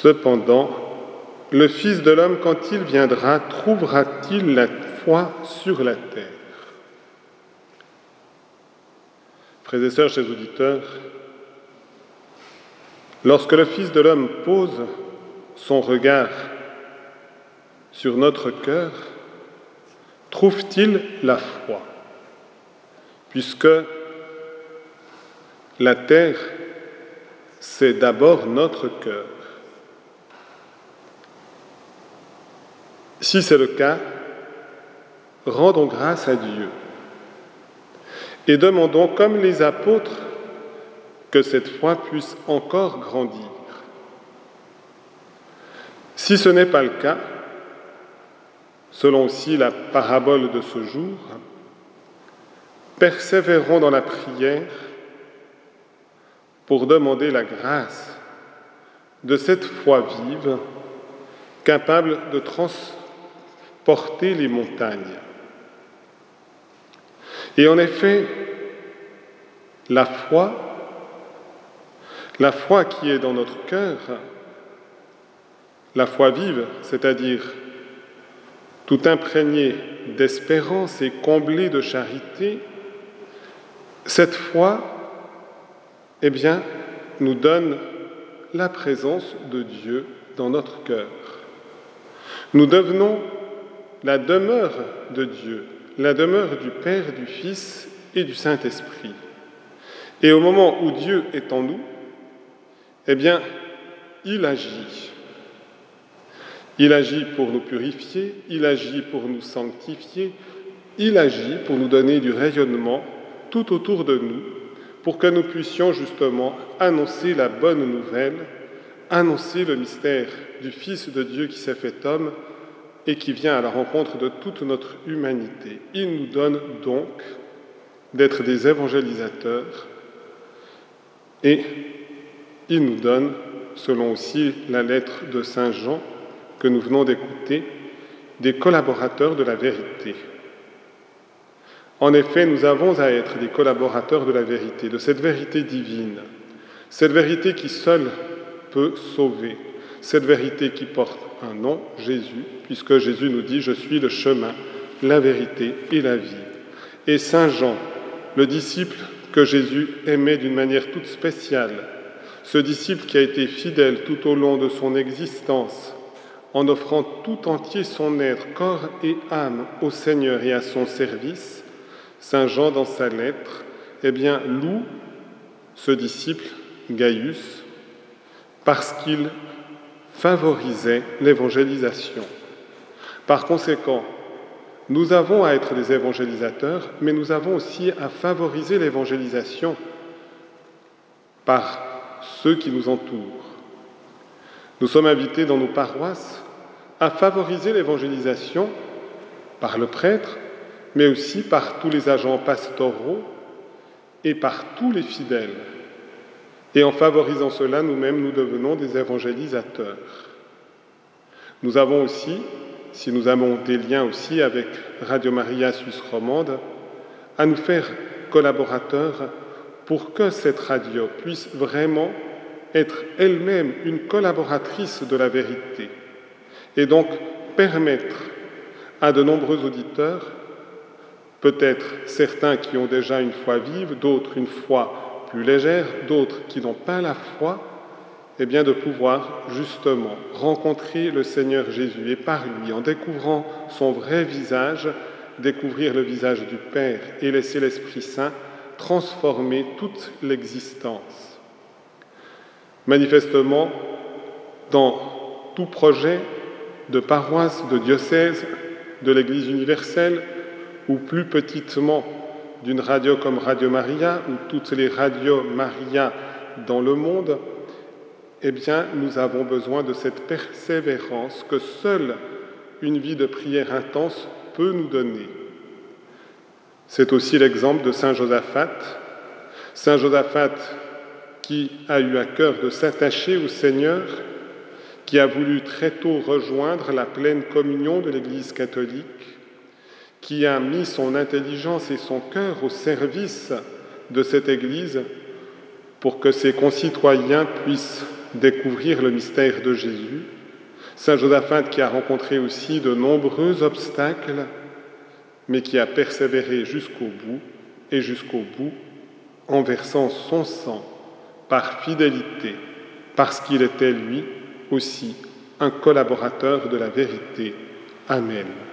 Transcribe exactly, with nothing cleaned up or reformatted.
Cependant, le Fils de l'homme, quand il viendra, trouvera-t-il la foi sur la terre ? Frères et sœurs, chers auditeurs, lorsque le Fils de l'homme pose son regard sur notre cœur, trouve-t-il la foi ? Puisque la terre, c'est d'abord notre cœur. Si c'est le cas, rendons grâce à Dieu et demandons, comme les apôtres, que cette foi puisse encore grandir. Si ce n'est pas le cas, selon aussi la parabole de ce jour, persévérons dans la prière pour demander la grâce de cette foi vive, capable de transporter les montagnes. Et en effet, la foi, la foi qui est dans notre cœur, la foi vive, c'est-à-dire tout imprégnée d'espérance et comblée de charité, cette foi, eh bien, nous donne la présence de Dieu dans notre cœur. Nous devenons la demeure de Dieu, la demeure du Père, du Fils et du Saint-Esprit. Et au moment où Dieu est en nous, eh bien, il agit. Il agit pour nous purifier, il agit pour nous sanctifier, il agit pour nous donner du rayonnement tout autour de nous, pour que nous puissions justement annoncer la bonne nouvelle, annoncer le mystère du Fils de Dieu qui s'est fait homme et qui vient à la rencontre de toute notre humanité. Il nous donne donc d'être des évangélisateurs et il nous donne, selon aussi la lettre de Saint Jean que nous venons d'écouter, des collaborateurs de la vérité. En effet, nous avons à être des collaborateurs de la vérité, de cette vérité divine, cette vérité qui seule peut sauver, cette vérité qui porte un nom, Jésus, puisque Jésus nous dit « Je suis le chemin, la vérité et la vie ». Et Saint Jean, le disciple que Jésus aimait d'une manière toute spéciale, ce disciple qui a été fidèle tout au long de son existence, en offrant tout entier son être, corps et âme au Seigneur et à son service, Saint Jean, dans sa lettre, eh bien, loue ce disciple, Gaius, parce qu'il favorisait l'évangélisation. Par conséquent, nous avons à être des évangélisateurs, mais nous avons aussi à favoriser l'évangélisation par ceux qui nous entourent. Nous sommes invités dans nos paroisses à favoriser l'évangélisation par le prêtre, mais aussi par tous les agents pastoraux et par tous les fidèles. Et en favorisant cela, nous-mêmes, nous devenons des évangélisateurs. Nous avons aussi, si nous avons des liens aussi avec Radio Maria Suisse romande, à nous faire collaborateurs pour que cette radio puisse vraiment être elle-même une collaboratrice de la vérité et donc permettre à de nombreux auditeurs, peut-être certains qui ont déjà une foi vive, d'autres une foi plus légère, d'autres qui n'ont pas la foi, eh bien de pouvoir justement rencontrer le Seigneur Jésus et par lui, en découvrant son vrai visage, découvrir le visage du Père et laisser l'Esprit Saint transformer toute l'existence. Manifestement, dans tout projet de paroisse, de diocèse, de l'Église universelle, ou plus petitement d'une radio comme Radio Maria, ou toutes les radios Maria dans le monde, eh bien, nous avons besoin de cette persévérance que seule une vie de prière intense peut nous donner. C'est aussi l'exemple de Saint Josaphat. Saint Josaphat qui a eu à cœur de s'attacher au Seigneur, qui a voulu très tôt rejoindre la pleine communion de l'Église catholique, qui a mis son intelligence et son cœur au service de cette Église pour que ses concitoyens puissent découvrir le mystère de Jésus. Saint Josaphat qui a rencontré aussi de nombreux obstacles, mais qui a persévéré jusqu'au bout, et jusqu'au bout, en versant son sang par fidélité, parce qu'il était lui aussi un collaborateur de la vérité. Amen.